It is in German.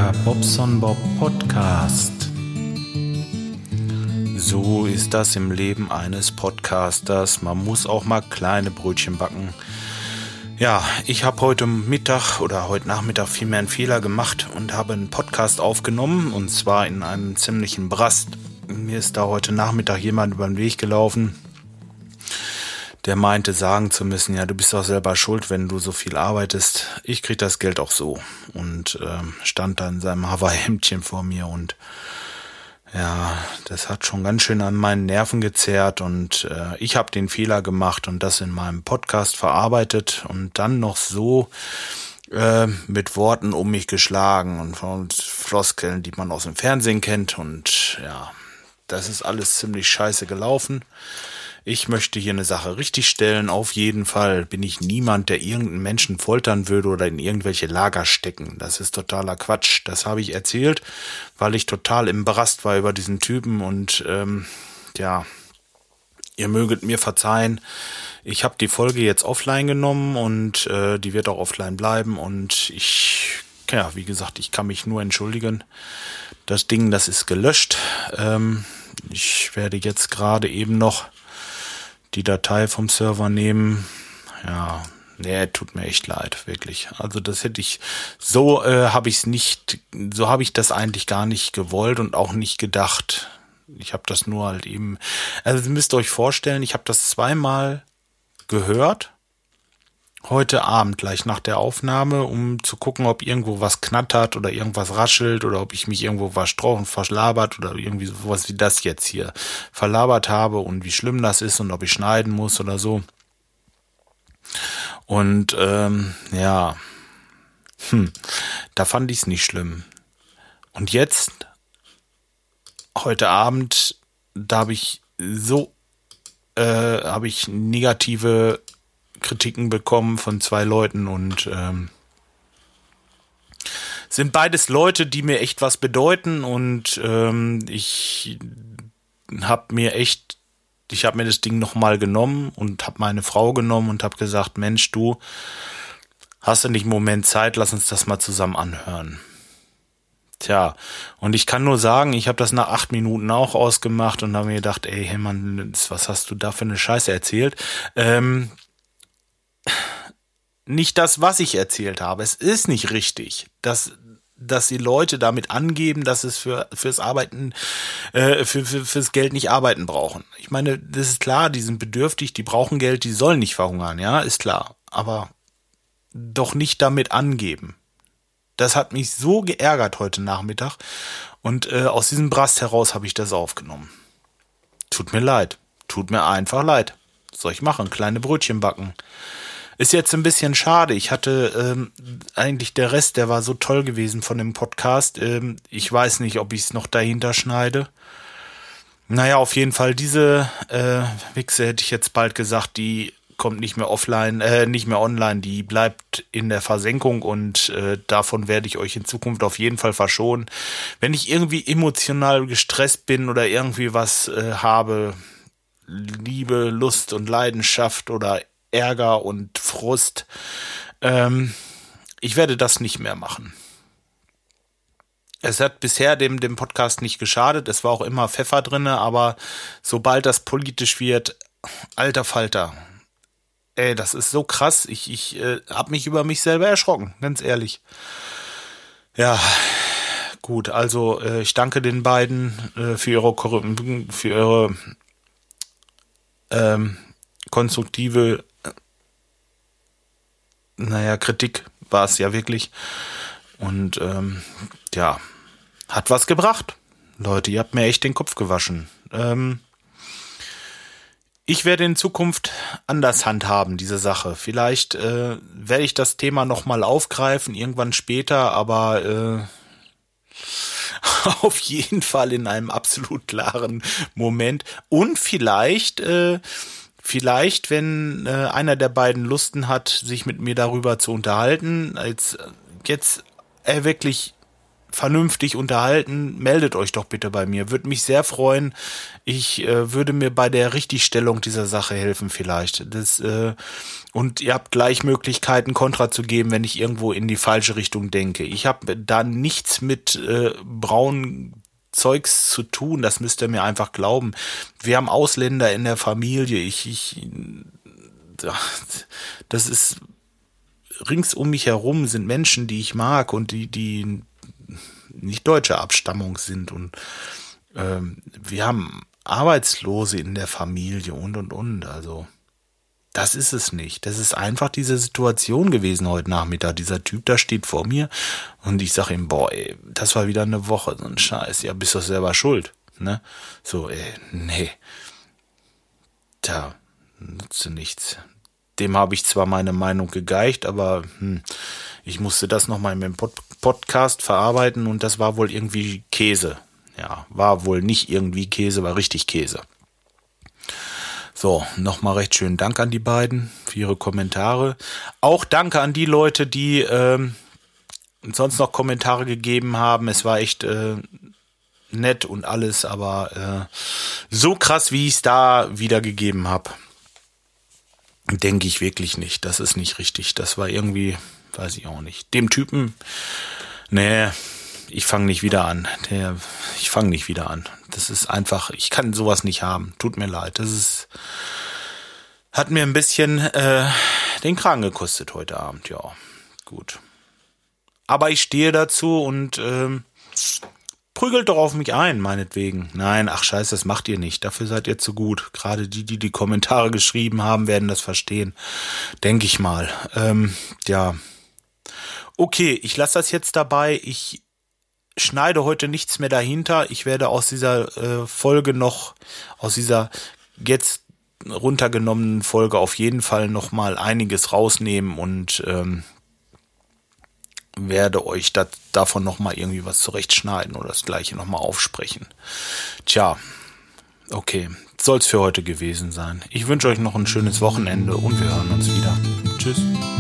der Bobson Bob Podcast. So ist das im Leben eines Podcasters. Man muss auch mal kleine Brötchen backen. Ja, ich habe heute Mittag oder heute Nachmittag vielmehr einen Fehler gemacht und habe einen Podcast aufgenommen, und zwar in einem ziemlichen Brast. Mir ist da heute Nachmittag jemand über den Weg gelaufen, der meinte sagen zu müssen, ja, du bist doch selber schuld, wenn du so viel arbeitest. Ich krieg das Geld auch so. Und stand da in seinem Hawaii-Hemdchen vor mir, und ja, das hat schon ganz schön an meinen Nerven gezerrt, und ich habe den Fehler gemacht und das in meinem Podcast verarbeitet und dann noch so mit Worten um mich geschlagen und Floskeln, die man aus dem Fernsehen kennt, und ja, das ist alles ziemlich scheiße gelaufen. Ich möchte hier eine Sache richtigstellen. Auf jeden Fall bin ich niemand, der irgendeinen Menschen foltern würde oder in irgendwelche Lager stecken. Das ist totaler Quatsch. Das habe ich erzählt, weil ich total embarrasst war über diesen Typen, und ja, ihr möget mir verzeihen. Ich habe die Folge jetzt offline genommen, und die wird auch offline bleiben, und wie gesagt, ich kann mich nur entschuldigen. Das Ding, das ist gelöscht. Ich werde jetzt gerade eben noch die Datei vom Server nehmen. Ja, nee, tut mir echt leid, wirklich. Also das hätte ich, so habe ich das eigentlich gar nicht gewollt und auch nicht gedacht. Ich habe das nur halt eben, also ihr müsst euch vorstellen, ich habe das zweimal gehört, heute Abend gleich nach der Aufnahme, um zu gucken, ob irgendwo was knattert oder irgendwas raschelt oder ob ich mich irgendwo versprochen, verschlabert oder irgendwie sowas wie das jetzt hier verlabert habe und wie schlimm das ist und ob ich schneiden muss oder so. Und ja, da fand ich es nicht schlimm. Und jetzt, heute Abend, da habe ich negative Kritiken bekommen von 2 Leuten, und sind beides Leute, die mir echt was bedeuten, und ich habe mir das Ding nochmal genommen und habe meine Frau genommen und habe gesagt, Mensch, du hast du nicht einen Moment Zeit, lass uns das mal zusammen anhören. Tja, und ich kann nur sagen, ich habe das nach 8 Minuten auch ausgemacht und habe mir gedacht, ey, hey Mann, was hast du da für eine Scheiße erzählt? Nicht das, was ich erzählt habe. Es ist nicht richtig, dass die Leute damit angeben, dass es fürs Arbeiten, fürs Geld nicht arbeiten brauchen. Ich meine, das ist klar, die sind bedürftig, die brauchen Geld, die sollen nicht verhungern, ja, ist klar. Aber doch nicht damit angeben. Das hat mich so geärgert heute Nachmittag, und aus diesem Brast heraus habe ich das aufgenommen. Tut mir leid. Tut mir einfach leid. Was soll ich machen? Kleine Brötchen backen. Ist jetzt ein bisschen schade. Ich hatte eigentlich der Rest, der war so toll gewesen von dem Podcast. Ich weiß nicht, ob ich es noch dahinter schneide. Naja, auf jeden Fall, diese Wichse hätte ich jetzt bald gesagt, die kommt nicht mehr nicht mehr online, die bleibt in der Versenkung, und davon werde ich euch in Zukunft auf jeden Fall verschonen. Wenn ich irgendwie emotional gestresst bin oder irgendwie was habe, Liebe, Lust und Leidenschaft oder Ärger und Frust, ich werde das nicht mehr machen. Es hat bisher dem Podcast nicht geschadet, es war auch immer Pfeffer drinne, aber sobald das politisch wird, alter Falter, ey, das ist so krass, ich habe mich über mich selber erschrocken, ganz ehrlich. Ja, gut, also ich danke den beiden für ihre konstruktive Kritik war es ja wirklich. Und ja, hat was gebracht. Leute, ihr habt mir echt den Kopf gewaschen. Ich werde in Zukunft anders handhaben, diese Sache. Vielleicht werde ich das Thema nochmal aufgreifen, irgendwann später, aber auf jeden Fall in einem absolut klaren Moment. Und vielleicht, wenn einer der beiden Lusten hat, sich mit mir darüber zu unterhalten, als jetzt wirklich vernünftig unterhalten, meldet euch doch bitte bei mir. Würde mich sehr freuen. Ich würde mir bei der Richtigstellung dieser Sache helfen vielleicht. Und ihr habt gleich Möglichkeiten, Kontra zu geben, wenn ich irgendwo in die falsche Richtung denke. Ich habe da nichts mit braunen Zeugs zu tun, das müsst ihr mir einfach glauben. Wir haben Ausländer in der Familie. Das ist rings um mich herum sind Menschen, die ich mag und die nicht deutscher Abstammung sind. Und wir haben Arbeitslose in der Familie und. Also das ist es nicht. Das ist einfach diese Situation gewesen heute Nachmittag. Dieser Typ da steht vor mir und ich sage ihm, boah, ey, das war wieder eine Woche, so ein Scheiß. Ja, bist doch selber schuld. Ne? So, nee. Da nutzt nichts. Dem habe ich zwar meine Meinung gegeicht, aber ich musste das nochmal in meinem Podcast verarbeiten und das war wohl irgendwie Käse. Ja, war wohl nicht irgendwie Käse, war richtig Käse. So, nochmal recht schönen Dank an die beiden für ihre Kommentare. Auch danke an die Leute, die sonst noch Kommentare gegeben haben. Es war echt nett und alles, aber so krass, wie ich es da wiedergegeben habe, denke ich wirklich nicht. Das ist nicht richtig. Das war irgendwie, weiß ich auch nicht. Dem Typen, nee, ich fange nicht wieder an. Ich fange nicht wieder an. Das ist einfach, ich kann sowas nicht haben. Tut mir leid. Hat mir ein bisschen den Kragen gekostet heute Abend. Ja, gut. Aber ich stehe dazu und prügelt doch auf mich ein, meinetwegen. Nein, ach scheiße, das macht ihr nicht. Dafür seid ihr zu gut. Gerade die Kommentare geschrieben haben, werden das verstehen. Denke ich mal. Ja. Okay, ich lasse das jetzt dabei. Ich schneide heute nichts mehr dahinter. Ich werde aus dieser Folge noch, aus dieser jetzt runtergenommenen Folge auf jeden Fall noch mal einiges rausnehmen und werde euch davon noch mal irgendwie was zurechtschneiden oder das gleiche noch mal aufsprechen. Tja, okay, soll's für heute gewesen sein. Ich wünsche euch noch ein schönes Wochenende und wir hören uns wieder. Tschüss.